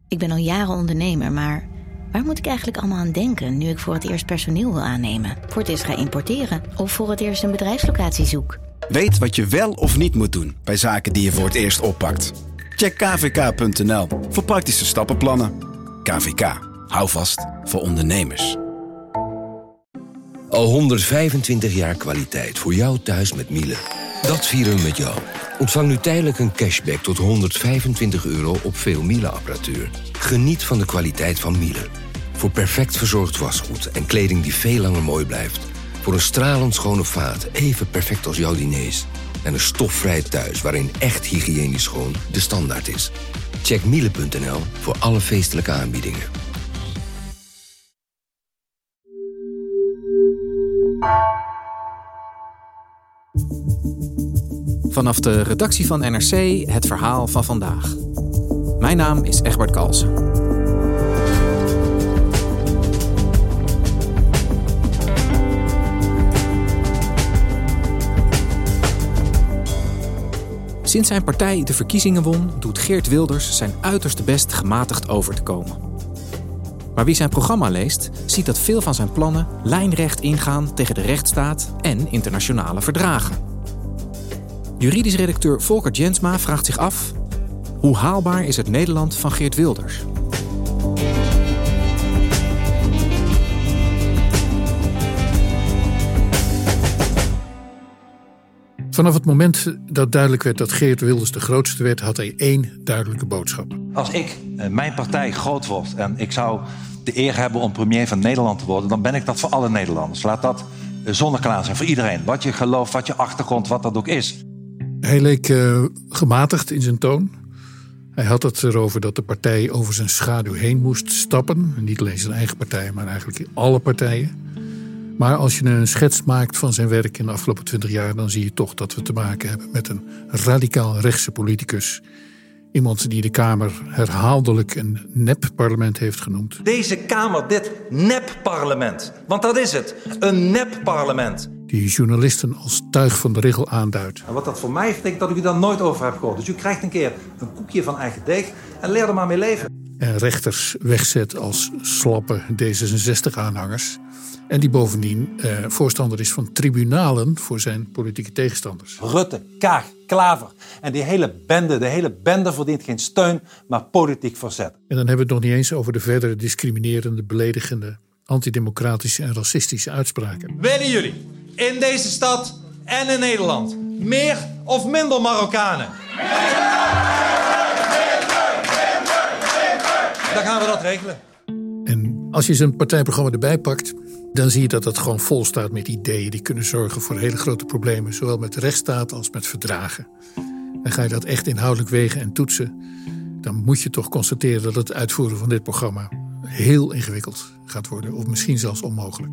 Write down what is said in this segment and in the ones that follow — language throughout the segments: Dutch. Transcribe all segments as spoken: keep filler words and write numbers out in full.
Ik ben al jaren ondernemer, maar waar moet ik eigenlijk allemaal aan denken nu ik voor het eerst personeel wil aannemen, voor het eerst ga importeren of voor het eerst een bedrijfslocatie zoek? Weet wat je wel of niet moet doen bij zaken die je voor het eerst oppakt. Check k v k punt n l voor praktische stappenplannen. K V K, hou vast voor ondernemers. Al honderdvijfentwintig jaar kwaliteit voor jou thuis met Miele. Dat vieren we met jou. Ontvang nu tijdelijk een cashback tot honderdvijfentwintig euro op veel Miele-apparatuur. Geniet van de kwaliteit van Miele. Voor perfect verzorgd wasgoed en kleding die veel langer mooi blijft. Voor een stralend schone vaat, even perfect als jouw diners. En een stofvrij thuis waarin echt hygiënisch schoon de standaard is. Check miele punt n l voor alle feestelijke aanbiedingen. Vanaf de redactie van N R C het verhaal van vandaag. Mijn naam is Egbert Kalsen. Sinds zijn partij de verkiezingen won, doet Geert Wilders zijn uiterste best gematigd over te komen. Maar wie zijn programma leest, ziet dat veel van zijn plannen lijnrecht ingaan tegen de rechtsstaat en internationale verdragen. Juridisch redacteur Volker Jensma vraagt zich af: hoe haalbaar is het Nederland van Geert Wilders? Vanaf het moment dat duidelijk werd dat Geert Wilders de grootste werd, had hij één duidelijke boodschap. Als ik, mijn partij, groot wordt en ik zou de eer hebben om premier van Nederland te worden, dan ben ik dat voor alle Nederlanders. Laat dat zonneklaar zijn voor iedereen. Wat je gelooft, wat je achtergrond, wat dat ook is. Hij leek uh, gematigd in zijn toon. Hij had het erover dat de partij over zijn schaduw heen moest stappen. Niet alleen zijn eigen partij, maar eigenlijk alle partijen. Maar als je een schets maakt van zijn werk in de afgelopen twintig jaar, dan zie je toch dat we te maken hebben met een radicaal rechtse politicus. Iemand die de Kamer herhaaldelijk een nep-parlement heeft genoemd. Deze Kamer, dit nep-parlement. Want dat is het, een nep-parlement. Die journalisten als tuig van de regel aanduidt. En wat dat voor mij betekent dat ik u daar nooit over heb gehoord. Dus u krijgt een keer een koekje van eigen deeg en leer er maar mee leven. En rechters wegzet als slappe D zesenzestig-aanhangers. En die bovendien eh, voorstander is van tribunalen voor zijn politieke tegenstanders. Rutte, Kaag, Klaver en die hele bende, de hele bende verdient geen steun, maar politiek verzet. En dan hebben we het nog niet eens over de verdere discriminerende, beledigende, antidemocratische en racistische uitspraken. Willen jullie in deze stad en in Nederland meer of minder Marokkanen? Dan gaan we dat regelen. En als je zijn partijprogramma erbij pakt, dan zie je dat het gewoon vol staat met ideeën die kunnen zorgen voor hele grote problemen, zowel met de rechtsstaat als met verdragen. En ga je dat echt inhoudelijk wegen en toetsen, dan moet je toch constateren dat het uitvoeren van dit programma heel ingewikkeld gaat worden, of misschien zelfs onmogelijk.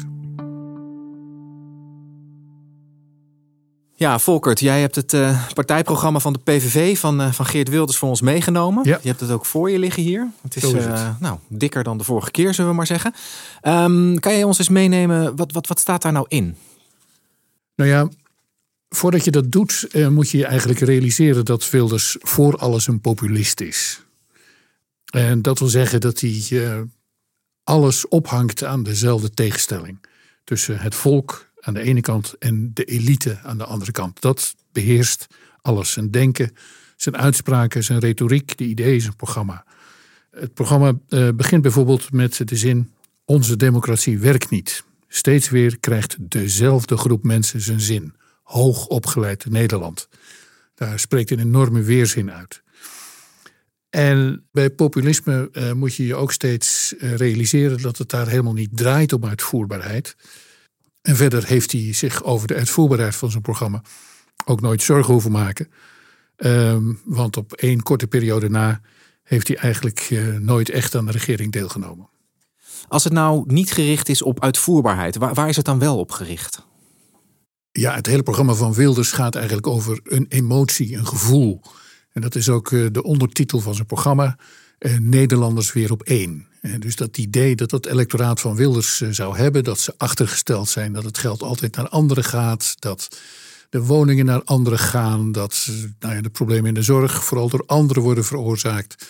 Ja, Volkert, jij hebt het uh, partijprogramma van de P V V van, uh, van Geert Wilders voor ons meegenomen. Ja. Je hebt het ook voor je liggen hier. Het is, is het. Uh, nou, dikker dan de vorige keer, zullen we maar zeggen. Um, kan jij ons eens meenemen, wat, wat, wat staat daar nou in? Nou ja, voordat je dat doet, uh, moet je je eigenlijk realiseren dat Wilders voor alles een populist is. En dat wil zeggen dat hij uh, alles ophangt aan dezelfde tegenstelling tussen het volk aan de ene kant en de elite aan de andere kant. Dat beheerst alles. Zijn denken, zijn uitspraken, zijn retoriek, de ideeën, zijn programma. Het programma uh, begint bijvoorbeeld met de zin: onze democratie werkt niet. Steeds weer krijgt dezelfde groep mensen zijn zin. Hoog opgeleid Nederland. Daar spreekt een enorme weerzin uit. En bij populisme uh, moet je je ook steeds uh, realiseren dat het daar helemaal niet draait om uitvoerbaarheid. En verder heeft hij zich over de uitvoerbaarheid van zijn programma ook nooit zorgen hoeven maken. Um, want op één korte periode na heeft hij eigenlijk uh, nooit echt aan de regering deelgenomen. Als het nou niet gericht is op uitvoerbaarheid, waar, waar is het dan wel op gericht? Ja, het hele programma van Wilders gaat eigenlijk over een emotie, een gevoel. En dat is ook uh, de ondertitel van zijn programma, uh, Nederlanders weer op één. En dus dat idee dat dat electoraat van Wilders uh, zou hebben, dat ze achtergesteld zijn, dat het geld altijd naar anderen gaat, dat de woningen naar anderen gaan, dat uh, nou ja, de problemen in de zorg vooral door anderen worden veroorzaakt.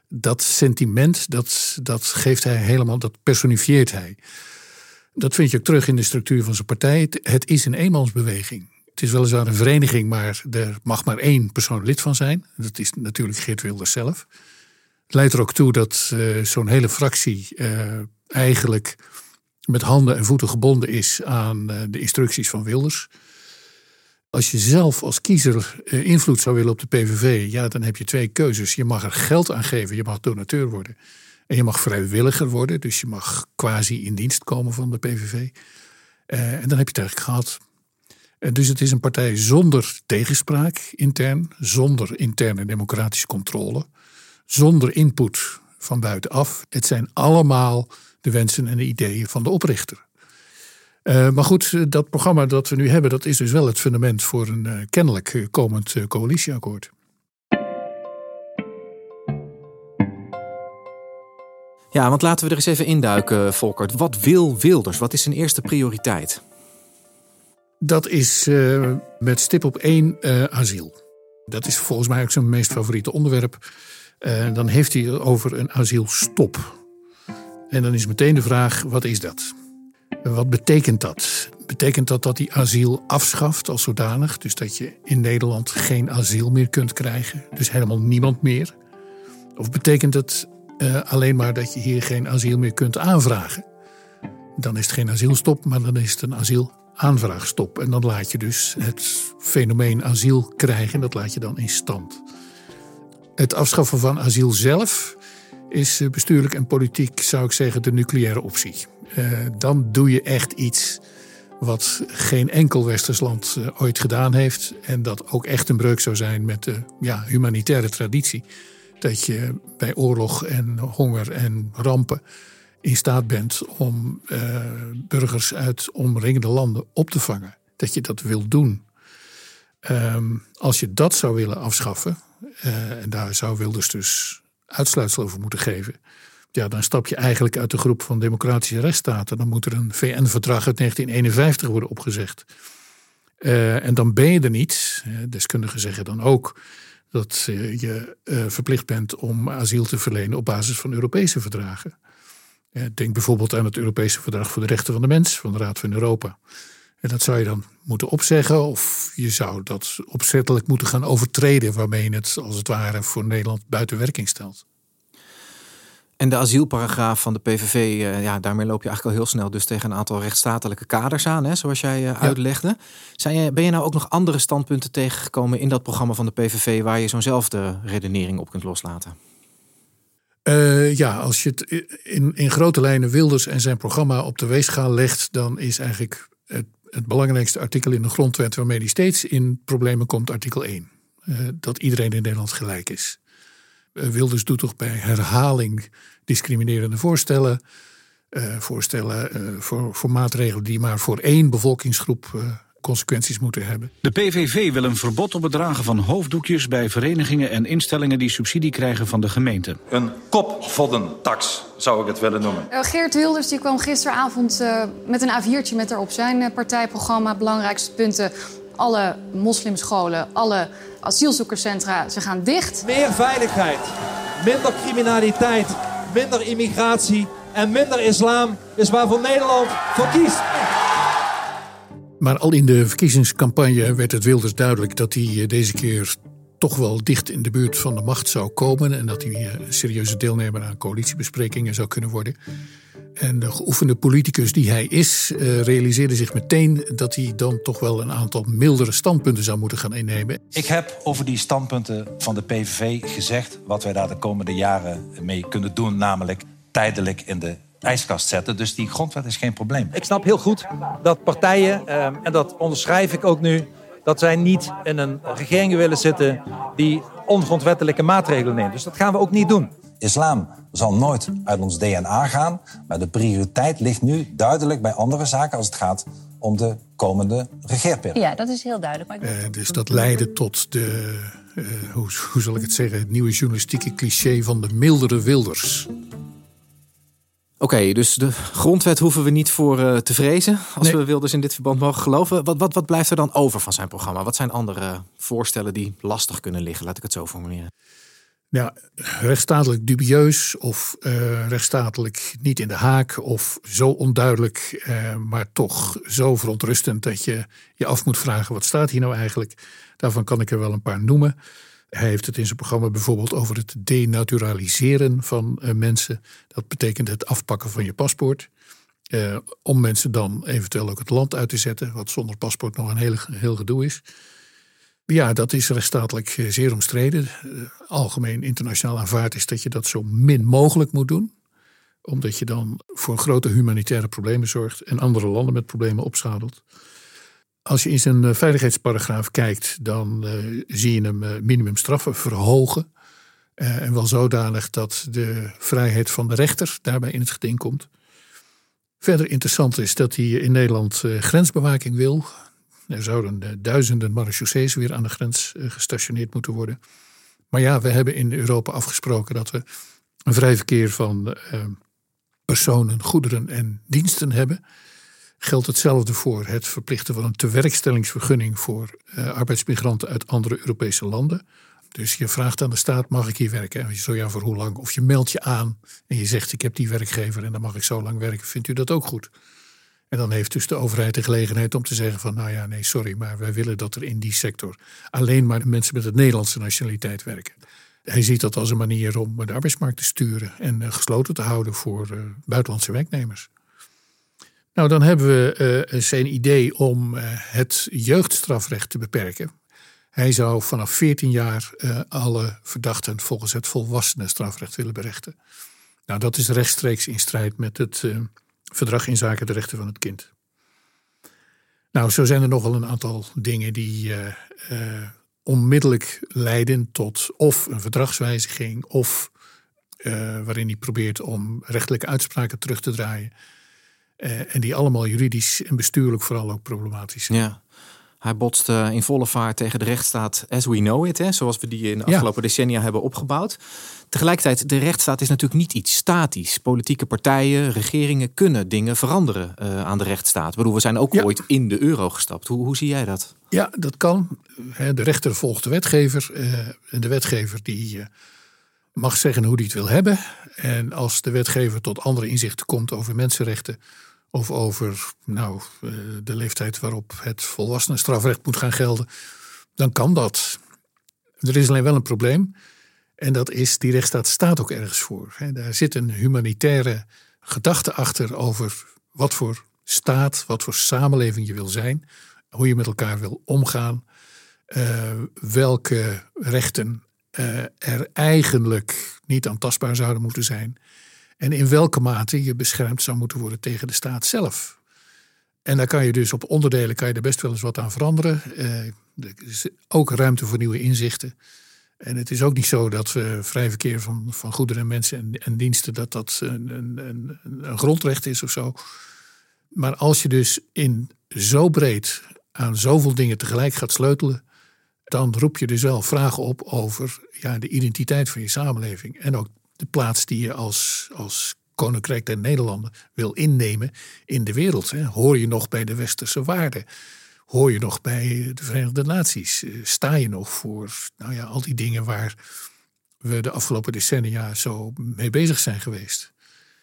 dat sentiment, dat, dat geeft hij helemaal, dat personifieert hij. Dat vind je ook terug in de structuur van zijn partij. Het is een eenmansbeweging. Het is weliswaar een vereniging, maar er mag maar één persoon lid van zijn. Dat is natuurlijk Geert Wilders zelf. Het leidt er ook toe dat uh, zo'n hele fractie uh, eigenlijk met handen en voeten gebonden is aan uh, de instructies van Wilders. Als je zelf als kiezer uh, invloed zou willen op de P V V, ja, dan heb je twee keuzes. Je mag er geld aan geven, je mag donateur worden. En je mag vrijwilliger worden, dus je mag quasi in dienst komen van de P V V. Uh, en dan heb je het eigenlijk gehad. Uh, dus het is een partij zonder tegenspraak intern, zonder interne democratische controle, zonder input van buitenaf. Het zijn allemaal de wensen en de ideeën van de oprichter. Uh, maar goed, dat programma dat we nu hebben, dat is dus wel het fundament voor een uh, kennelijk uh, komend uh, coalitieakkoord. Ja, want laten we er eens even induiken, Volkert. Wat wil Wilders? Wat is zijn eerste prioriteit? Dat is uh, met stip op één uh, asiel. Dat is volgens mij ook zijn meest favoriete onderwerp. Uh, dan heeft hij het over een asielstop. En dan is meteen de vraag, wat is dat? Wat betekent dat? Betekent dat dat hij asiel afschaft als zodanig? Dus dat je in Nederland geen asiel meer kunt krijgen? Dus helemaal niemand meer? Of betekent het uh, alleen maar dat je hier geen asiel meer kunt aanvragen? Dan is het geen asielstop, maar dan is het een asielaanvraagstop. En dan laat je dus het fenomeen asiel krijgen, dat laat je dan in stand. Het afschaffen van asiel zelf is bestuurlijk en politiek, zou ik zeggen, de nucleaire optie. Uh, dan doe je echt iets wat geen enkel westers land uh, ooit gedaan heeft. En dat ook echt een breuk zou zijn met de ja, humanitaire traditie. Dat je bij oorlog en honger en rampen in staat bent om uh, burgers uit omringende landen op te vangen. Dat je dat wil doen. Um, als je dat zou willen afschaffen, uh, en daar zou Wilders dus uitsluitsel over moeten geven, ja, dan stap je eigenlijk uit de groep van democratische rechtsstaten. Dan moet er een V N-verdrag uit negentien eenenvijftig worden opgezegd. Uh, en dan ben je er niet. Deskundigen zeggen dan ook dat uh, je uh, verplicht bent om asiel te verlenen op basis van Europese verdragen. Uh, denk bijvoorbeeld aan het Europese Verdrag voor de Rechten van de Mens van de Raad van Europa. En dat zou je dan moeten opzeggen, of je zou dat opzettelijk moeten gaan overtreden, waarmee je het als het ware voor Nederland buiten werking stelt. En de asielparagraaf van de P V V, uh, ja, daarmee loop je eigenlijk al heel snel dus tegen een aantal rechtsstatelijke kaders aan, hè, zoals jij uh, ja. uitlegde. Zijn je, ben je nou ook nog andere standpunten tegengekomen in dat programma van de P V V waar je zo'nzelfde redenering op kunt loslaten? Uh, ja, als je het in, in grote lijnen Wilders en zijn programma op de weegschaal legt, dan is eigenlijk het, het belangrijkste artikel in de grondwet waarmee hij steeds in problemen komt, artikel één. Uh, dat iedereen in Nederland gelijk is. Uh, Wilders doet toch bij herhaling discriminerende voorstellen. Uh, voorstellen uh, voor, voor maatregelen die maar voor één bevolkingsgroep uh, consequenties moeten hebben. De P V V wil een verbod op het dragen van hoofddoekjes bij verenigingen en instellingen die subsidie krijgen van de gemeente. Een kopvoddentax zou ik het willen noemen. Uh, Geert Wilders die kwam gisteravond uh, met een A viertje met erop zijn uh, partijprogramma. Belangrijkste punten: alle moslimscholen, alle asielzoekerscentra, ze gaan dicht. Meer veiligheid, minder criminaliteit, minder immigratie en minder islam is waarvoor Nederland voor kiest. Maar al in de verkiezingscampagne werd het Wilders duidelijk dat hij deze keer toch wel dicht in de buurt van de macht zou komen en dat hij een serieuze deelnemer aan coalitiebesprekingen zou kunnen worden. En de geoefende politicus die hij is, uh, realiseerde zich meteen dat hij dan toch wel een aantal mildere standpunten zou moeten gaan innemen. Ik heb over die standpunten van de P V V gezegd wat wij daar de komende jaren mee kunnen doen, namelijk tijdelijk in de ijskast zetten. Dus die grondwet is geen probleem. Ik snap heel goed dat partijen, uh, en dat onderschrijf ik ook nu, dat zij niet in een regering willen zitten die ongrondwettelijke maatregelen neemt. Dus dat gaan we ook niet doen. Islam zal nooit uit ons D N A gaan, maar de prioriteit ligt nu duidelijk bij andere zaken als het gaat om de komende regeerperiode. Ja, dat is heel duidelijk. Maar ik... uh, dus dat leidde tot de, uh, hoe, hoe zal ik het zeggen, het nieuwe journalistieke cliché van de mildere Wilders. Oké, okay, dus de grondwet hoeven we niet voor uh, te vrezen, als nee. we Wilders in dit verband mogen geloven. Wat, wat, wat blijft er dan over van zijn programma? Wat zijn andere voorstellen die lastig kunnen liggen, laat ik het zo formuleren? Ja, rechtsstatelijk dubieus of uh, rechtsstatelijk niet in de haak of zo onduidelijk, uh, maar toch zo verontrustend dat je je af moet vragen wat staat hier nou eigenlijk. Daarvan kan ik er wel een paar noemen. Hij heeft het in zijn programma bijvoorbeeld over het denaturaliseren van uh, mensen. Dat betekent het afpakken van je paspoort. Uh, om mensen dan eventueel ook het land uit te zetten, wat zonder paspoort nog een heel, heel gedoe is. Ja, dat is rechtsstatelijk zeer omstreden. Uh, algemeen internationaal aanvaard is dat je dat zo min mogelijk moet doen. Omdat je dan voor grote humanitaire problemen zorgt en andere landen met problemen opzadelt. Als je in zijn uh, veiligheidsparagraaf kijkt, dan uh, zie je hem uh, minimumstraffen verhogen. Uh, en wel zodanig dat de vrijheid van de rechter daarbij in het geding komt. Verder interessant is dat hij in Nederland uh, grensbewaking wil. Er zouden uh, duizenden marechaussees weer aan de grens uh, gestationeerd moeten worden. Maar ja, we hebben in Europa afgesproken dat we een vrij verkeer van uh, personen, goederen en diensten hebben. Geldt hetzelfde voor het verplichten van een tewerkstellingsvergunning voor uh, arbeidsmigranten uit andere Europese landen. Dus je vraagt aan de staat, mag ik hier werken? En zo ja, voor hoe lang? Of je meldt je aan en je zegt, ik heb die werkgever en dan mag ik zo lang werken. Vindt u dat ook goed? En dan heeft dus de overheid de gelegenheid om te zeggen van, nou ja, nee, sorry, maar wij willen dat er in die sector alleen maar de mensen met het Nederlandse nationaliteit werken. Hij ziet dat als een manier om de arbeidsmarkt te sturen en uh, gesloten te houden voor uh, buitenlandse werknemers. Nou, dan hebben we uh, zijn idee om uh, het jeugdstrafrecht te beperken. Hij zou vanaf veertien jaar uh, alle verdachten volgens het volwassenenstrafrecht willen berechten. Nou, dat is rechtstreeks in strijd met het uh, verdrag inzake de rechten van het kind. Nou, zo zijn er nogal een aantal dingen die uh, uh, onmiddellijk leiden tot of een verdragswijziging of uh, waarin hij probeert om rechtelijke uitspraken terug te draaien. Uh, en die allemaal juridisch en bestuurlijk vooral ook problematisch zijn. Ja. Hij botst uh, in volle vaart tegen de rechtsstaat as we know it, hè, zoals we die in de afgelopen ja. decennia hebben opgebouwd. Tegelijkertijd, de rechtsstaat is natuurlijk niet iets statisch. Politieke partijen, regeringen kunnen dingen veranderen uh, aan de rechtsstaat. Ik bedoel, we zijn ook ja. ooit in de euro gestapt. Hoe, hoe zie jij dat? Ja, dat kan. De rechter volgt de wetgever. Uh, en de wetgever die uh, mag zeggen hoe hij het wil hebben. En als de wetgever tot andere inzichten komt over mensenrechten of over nou, de leeftijd waarop het volwassenenstrafrecht moet gaan gelden, dan kan dat. Er is alleen wel een probleem. En dat is, die rechtsstaat staat ook ergens voor. Daar zit een humanitaire gedachte achter over wat voor staat, wat voor samenleving je wil zijn. Hoe je met elkaar wil omgaan. Uh, welke rechten uh, er eigenlijk niet aantastbaar zouden moeten zijn. En in welke mate je beschermd zou moeten worden tegen de staat zelf. En daar kan je dus op onderdelen kan je er best wel eens wat aan veranderen. Uh, er is ook ruimte voor nieuwe inzichten. En het is ook niet zo dat we vrij verkeer van, van goederen en mensen en, en diensten, dat dat een, een, een, een grondrecht is of zo. Maar als je dus in zo breed aan zoveel dingen tegelijk gaat sleutelen, dan roep je dus wel vragen op over ja, de identiteit van je samenleving. En ook de plaats die je als, als Koninkrijk der Nederlanden wil innemen in de wereld. Hè. Hoor je nog bij de westerse waarden? Hoor je nog bij de Verenigde Naties? Sta je nog voor nou ja, al die dingen waar we de afgelopen decennia zo mee bezig zijn geweest?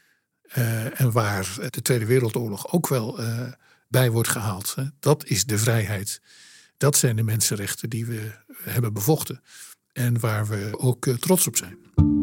Uh, en waar de Tweede Wereldoorlog ook wel uh, bij wordt gehaald. Hè. Dat is de vrijheid. Dat zijn de mensenrechten die we hebben bevochten. En waar we ook uh, trots op zijn.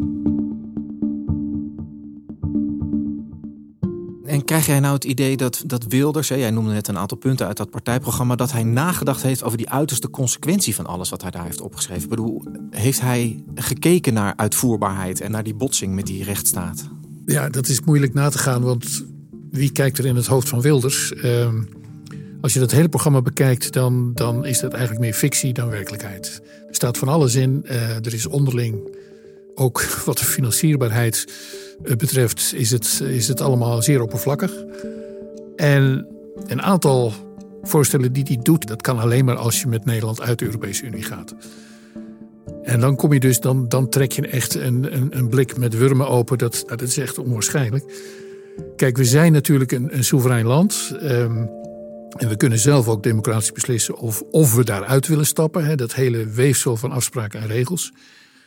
En krijg jij nou het idee dat, dat Wilders, hè, jij noemde net een aantal punten uit dat partijprogramma, dat hij nagedacht heeft over die uiterste consequentie van alles wat hij daar heeft opgeschreven? Ik bedoel, heeft hij gekeken naar uitvoerbaarheid en naar die botsing met die rechtsstaat? Ja, dat is moeilijk na te gaan, want wie kijkt er in het hoofd van Wilders? Uh, als je dat hele programma bekijkt, dan, dan is dat eigenlijk meer fictie dan werkelijkheid. Er staat van alles in. Uh, er is onderling, ook wat de financierbaarheid betreft, is het, is het allemaal zeer oppervlakkig. En een aantal voorstellen die hij doet, dat kan alleen maar als je met Nederland uit de Europese Unie gaat. En dan kom je dus, dan, dan trek je echt een, een, een blik met wurmen open. Dat, dat is echt onwaarschijnlijk. Kijk, we zijn natuurlijk een, een soeverein land. Um, en we kunnen zelf ook democratisch beslissen of, of we daaruit willen stappen. Hè, dat hele weefsel van afspraken en regels.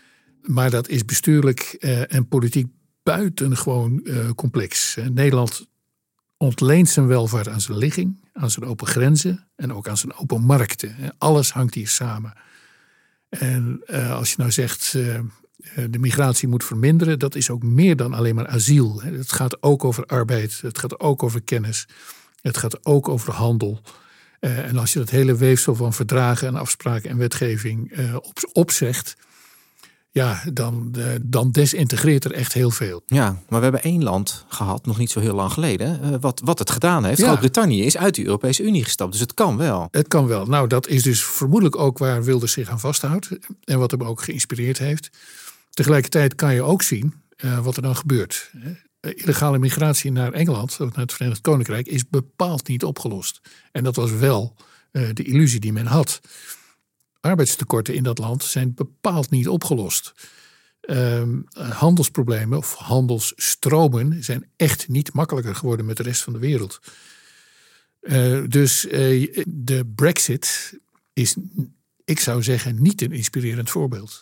Maar dat is bestuurlijk uh, en politiek buitengewoon uh, complex. Uh, Nederland ontleent zijn welvaart aan zijn ligging, aan zijn open grenzen en ook aan zijn open markten. Uh, alles hangt hier samen. En uh, als je nou zegt uh, de migratie moet verminderen, dat is ook meer dan alleen maar asiel. Het gaat ook over arbeid, het gaat ook over kennis, het gaat ook over handel. Uh, en als je dat hele weefsel van verdragen en afspraken en wetgeving uh, op, opzegt, ja, dan, uh, dan desintegreert er echt heel veel. Ja, maar we hebben één land gehad, nog niet zo heel lang geleden, uh, wat, wat het gedaan heeft. Ja. Groot-Brittannië is uit de Europese Unie gestapt, dus het kan wel. Het kan wel. Nou, dat is dus vermoedelijk ook waar Wilders zich aan vasthoudt en wat hem ook geïnspireerd heeft. Tegelijkertijd kan je ook zien uh, wat er dan gebeurt. Illegale migratie naar Engeland, naar het Verenigd Koninkrijk, is bepaald niet opgelost. En dat was wel uh, de illusie die men had. Arbeidstekorten in dat land zijn bepaald niet opgelost. Uh, handelsproblemen of handelsstromen zijn echt niet makkelijker geworden met de rest van de wereld. Uh, dus uh, de Brexit is, ik zou zeggen, niet een inspirerend voorbeeld.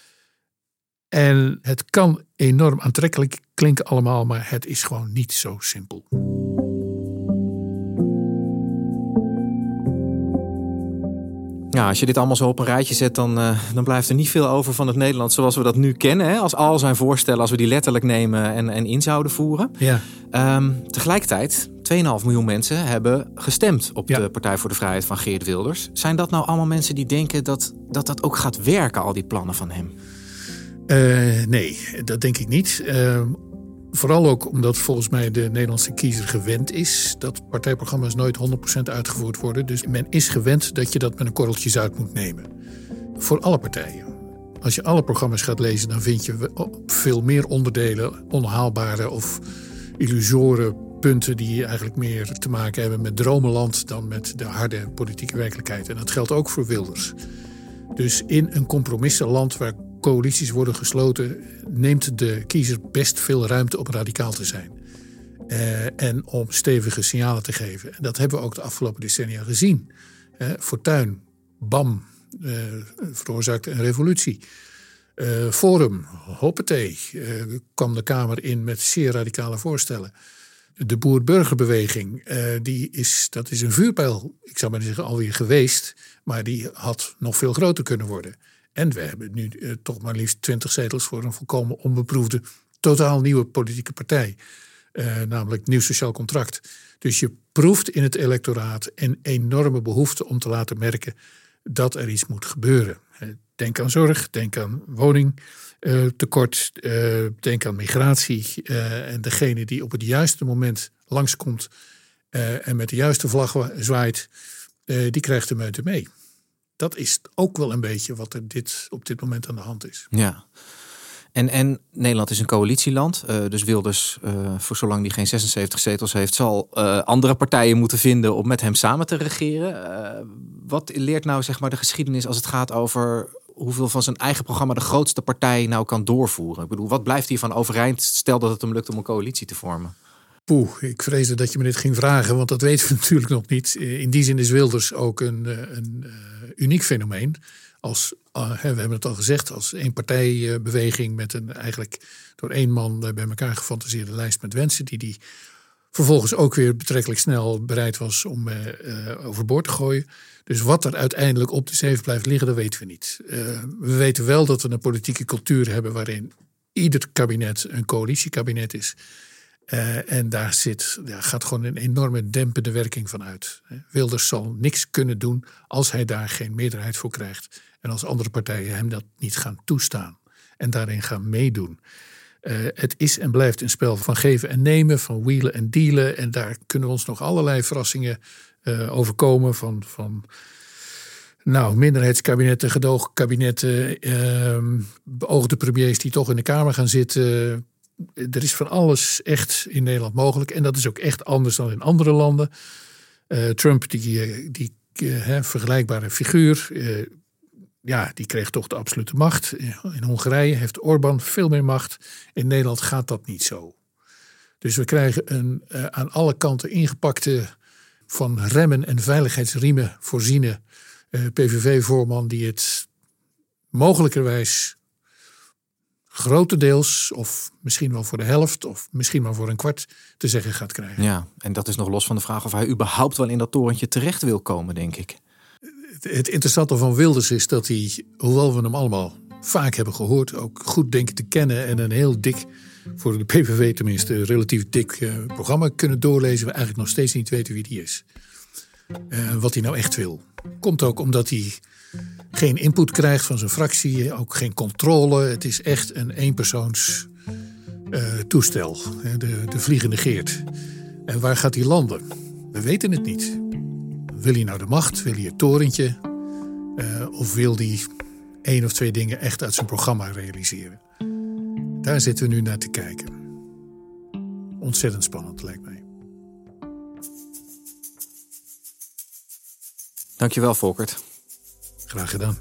En het kan enorm aantrekkelijk klinken allemaal, maar het is gewoon niet zo simpel. Ja, als je dit allemaal zo op een rijtje zet, dan, uh, dan blijft er niet veel over van het Nederland zoals we dat nu kennen. Hè? Als al zijn voorstellen, als we die letterlijk nemen en, en in zouden voeren. Ja. Um, tegelijkertijd, twee komma vijf miljoen mensen hebben gestemd op ja. de Partij voor de Vrijheid van Geert Wilders. Zijn dat nou allemaal mensen die denken dat dat, dat ook gaat werken, al die plannen van hem? Uh, nee, dat denk ik niet. Uh, vooral ook omdat volgens mij de Nederlandse kiezer gewend is dat partijprogramma's nooit honderd procent uitgevoerd worden. Dus men is gewend dat je dat met een korreltje zout moet nemen. Voor alle partijen. Als je alle programma's gaat lezen, dan vind je veel meer onderdelen, onhaalbare of illusoren punten die eigenlijk meer te maken hebben met dromenland dan met de harde politieke werkelijkheid. En dat geldt ook voor Wilders. Dus in een compromissenland waar coalities worden gesloten, neemt de kiezer best veel ruimte om radicaal te zijn. Uh, en om stevige signalen te geven. En dat hebben we ook de afgelopen decennia gezien. Uh, Fortuyn, bam, uh, veroorzaakte een revolutie. Uh, Forum, hoppatee, uh, kwam de Kamer in met zeer radicale voorstellen. De boer-burgerbeweging, uh, die is, dat is een vuurpijl, ik zou maar zeggen alweer geweest, maar die had nog veel groter kunnen worden. En we hebben nu uh, toch maar liefst twintig zetels voor een volkomen onbeproefde, totaal nieuwe politieke partij. Uh, namelijk Nieuw Sociaal Contract. Dus je proeft in het electoraat een enorme behoefte om te laten merken dat er iets moet gebeuren. Uh, denk aan zorg, denk aan woningtekort, uh, uh, denk aan migratie. Uh, en degene die op het juiste moment langskomt uh, en met de juiste vlag zwaait, uh, die krijgt de meute mee. Dat is ook wel een beetje wat er dit, op dit moment aan de hand is. Ja. En, en Nederland is een coalitieland. Uh, dus Wilders, uh, voor zolang hij geen zesenzeventig zetels heeft, zal uh, andere partijen moeten vinden om met hem samen te regeren. Uh, wat leert nou zeg maar de geschiedenis als het gaat over hoeveel van zijn eigen programma de grootste partij nou kan doorvoeren? Ik bedoel, wat blijft hiervan overeind? Stel dat het hem lukt om een coalitie te vormen. Poeh, ik vreesde dat je me dit ging vragen, want dat weten we natuurlijk nog niet. In die zin is Wilders ook een, een uh, uniek fenomeen. Als, uh, we hebben het al gezegd, als één partijbeweging met een eigenlijk door één man bij elkaar gefantaseerde lijst met wensen, die die vervolgens ook weer betrekkelijk snel bereid was om uh, uh, overboord te gooien. Dus wat er uiteindelijk op de zeef blijft liggen, dat weten we niet. Uh, we weten wel dat we een politieke cultuur hebben waarin ieder kabinet een coalitiekabinet is. Uh, en daar zit, ja, gaat gewoon een enorme dempende werking van uit. Wilders zal niks kunnen doen als hij daar geen meerderheid voor krijgt. En als andere partijen hem dat niet gaan toestaan. En daarin gaan meedoen. Uh, het is en blijft een spel van geven en nemen, van wheelen en dealen. En daar kunnen we ons nog allerlei verrassingen uh, overkomen. Van, van nou, minderheidskabinetten, gedoogkabinetten, uh, beoogde premiers die toch in de Kamer gaan zitten. Er is van alles echt in Nederland mogelijk. En dat is ook echt anders dan in andere landen. Uh, Trump, die, die uh, hè, vergelijkbare figuur, uh, ja, die kreeg toch de absolute macht. In Hongarije heeft Orbán veel meer macht. In Nederland gaat dat niet zo. Dus we krijgen een uh, aan alle kanten ingepakte, van remmen en veiligheidsriemen voorziene uh, P V V-voorman die het mogelijkerwijs grotendeels of misschien wel voor de helft of misschien wel voor een kwart te zeggen gaat krijgen. Ja, en dat is nog los van de vraag of hij überhaupt wel in dat torentje terecht wil komen, denk ik. Het, het interessante van Wilders is dat hij, hoewel we hem allemaal vaak hebben gehoord, ook goed denken te kennen en een heel dik, voor de P V V tenminste, relatief dik uh, programma kunnen doorlezen, we eigenlijk nog steeds niet weten wie die is. Uh, wat hij nou echt wil. Komt ook omdat hij geen input krijgt van zijn fractie, ook geen controle. Het is echt een eenpersoons uh, toestel, de, de vliegende Geert. En waar gaat hij landen? We weten het niet. Wil hij nou de macht? Wil hij het torentje? Uh, of wil hij één of twee dingen echt uit zijn programma realiseren? Daar zitten we nu naar te kijken. Ontzettend spannend, lijkt mij. Dankjewel, Volkert. Graag gedaan.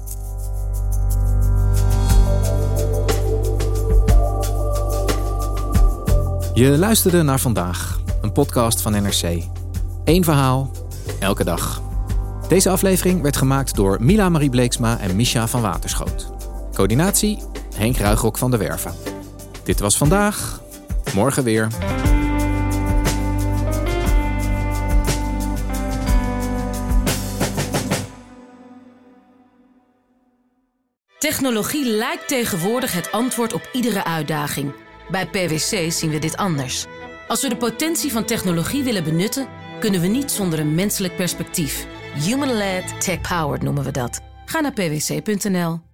Je luisterde naar Vandaag, een podcast van N R C. Eén verhaal, elke dag. Deze aflevering werd gemaakt door Mila Marie Bleeksma en Misha van Waterschoot. Coördinatie, Henk Ruigrok van der Werven. Dit was Vandaag, morgen weer. Technologie lijkt tegenwoordig het antwoord op iedere uitdaging. Bij P W C zien we dit anders. Als we de potentie van technologie willen benutten, kunnen we niet zonder een menselijk perspectief. Human-led, tech-powered noemen we dat. Ga naar p w c punt n l.